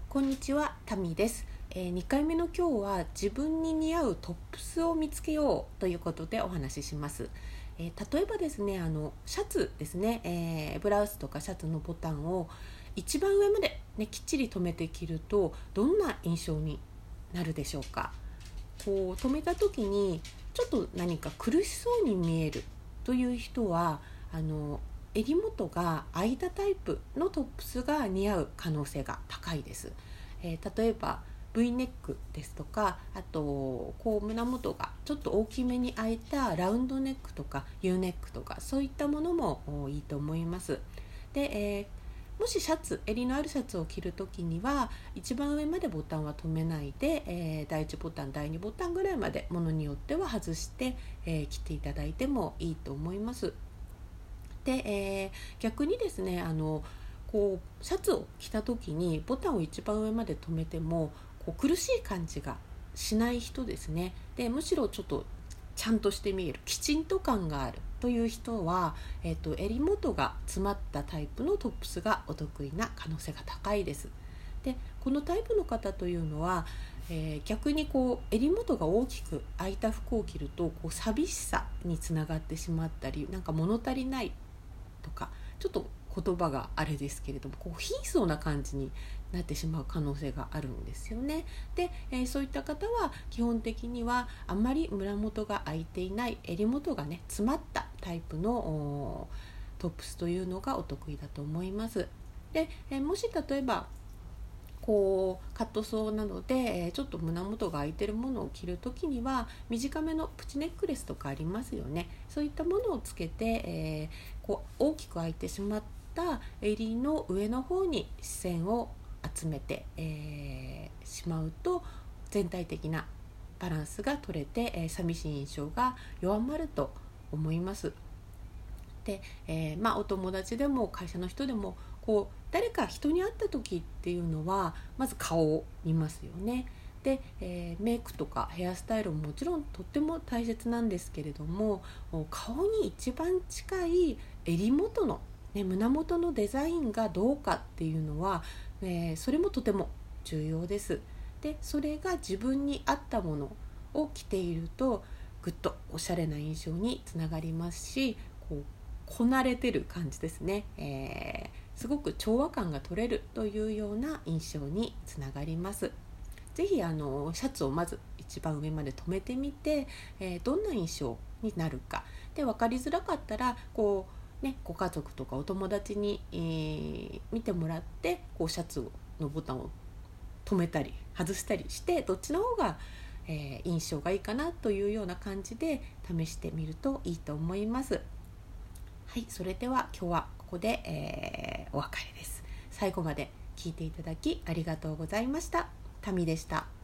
こんにちは、タミです。2回目の今日は自分に似合うトップスを見つけようということでお話しします。例えばですね、シャツですね、ブラウスとかシャツのボタンを一番上まで、きっちり留めて着るとどんな印象になるでしょうか。こう留めた時にちょっと何か苦しそうに見えるという人は襟元が開いたタイプのトップスが似合う可能性が高いです。例えば V ネックですとか、あとこう胸元がちょっと大きめに開いたラウンドネックとか U ネックとか、そういったものもいいと思います。で、もし襟のあるシャツを着るときには一番上までボタンは留めないで、第1ボタン第2ボタンぐらいまでものによっては外して、着ていただいてもいいと思います。で、逆にですね、こうシャツを着た時にボタンを一番上まで留めてもこう苦しい感じがしない人ですね。でむしろちょっとちゃんとして見える、きちんと感があるという人は、襟元が詰まったタイプのトップスがお得意な可能性が高いです。でこのタイプの方というのは、逆にこう襟元が大きく開いた服を着るとこう寂しさにつながってしまったり、なんか物足りないとか、ちょっと言葉があれですけれども、こう貧相な感じになってしまう可能性があるんですよね。で、そういった方は基本的にはあんまり胸元が開いていない、襟元がね詰まったタイプのトップスというのがお得意だと思います。で、もし例えばこうカットソーなので、ちょっと胸元が開いてるものを着るときには短めのプチネックレスとかありますよね。そういったものをつけて、こう大きく開いてしまった襟の上の方に視線を集めて、しまうと全体的なバランスが取れて、寂しい印象が弱まると思います。で、お友達でも会社の人でもこう誰か人に会った時っていうのはまず顔を見ますよね。で、メイクとかヘアスタイルももちろんとっても大切なんですけれども、顔に一番近い襟元の、胸元のデザインがどうかっていうのは、それもとても重要です。でそれが自分に合ったものを着ているとぐっとおしゃれな印象につながりますし、こうこなれてる感じですね、すごく調和感が取れるというような印象につながります。ぜひシャツをまず一番上まで留めてみて、どんな印象になるかで分かりづらかったらご家族とかお友達に、見てもらってこうシャツのボタンを留めたり外したりして、どっちの方が、印象がいいかなというような感じで試してみるといいと思います。はい、それでは今日はここで、お別れです。最後まで聞いていただきありがとうございました。タミでした。